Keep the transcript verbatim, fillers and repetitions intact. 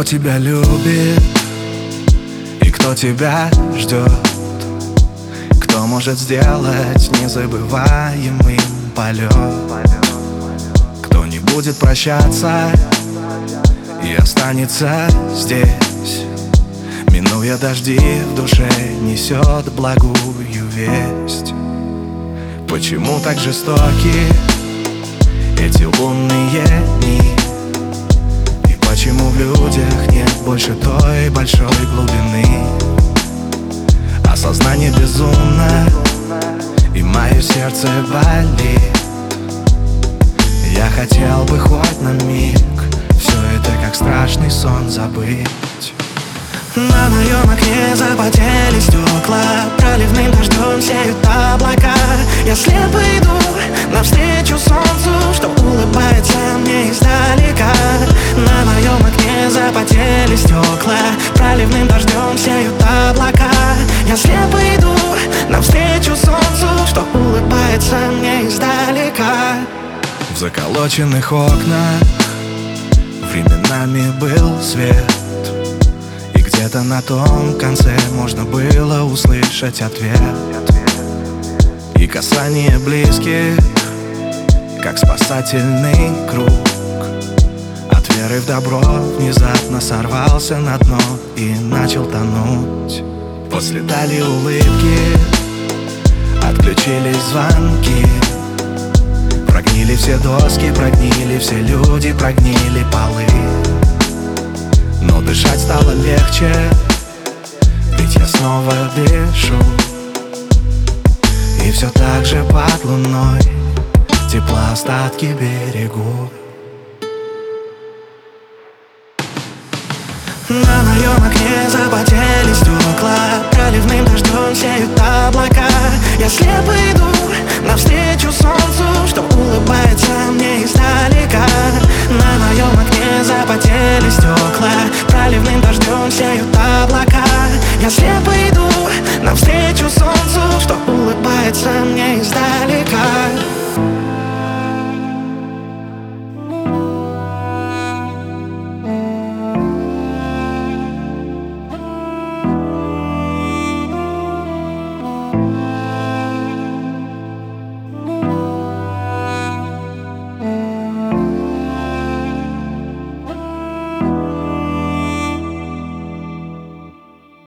Кто тебя любит и кто тебя ждет? Кто может сделать незабываемым полет? Кто не будет прощаться и останется здесь, минуя дожди, в душе несет благую весть. Почему так жестоки эти лунные дни? И почему в людях нет больше той большой глубины? Осознание безумно, и мое сердце болит. Я хотел бы хоть на миг все это как страшный сон забыть. На моем окне запотели стекла, проливным дождем сеют облака. Я слепо иду навстречу солнцу, что улыбается мне издалека. На моем окне запотели стекла, проливным дождем сеют облака. Я слепо иду навстречу солнцу, что улыбается мне издалека. В заколоченных окнах временами был свет, где-то на том конце можно было услышать ответ. И касание близких, как спасательный круг. От веры в добро внезапно сорвался на дно и начал тонуть. После дали улыбки, отключились звонки. Прогнили все доски, прогнили все люди, прогнили полы. Но дышать стало легче, ведь я снова дышу. И все так же под луной тепло остатки берегу.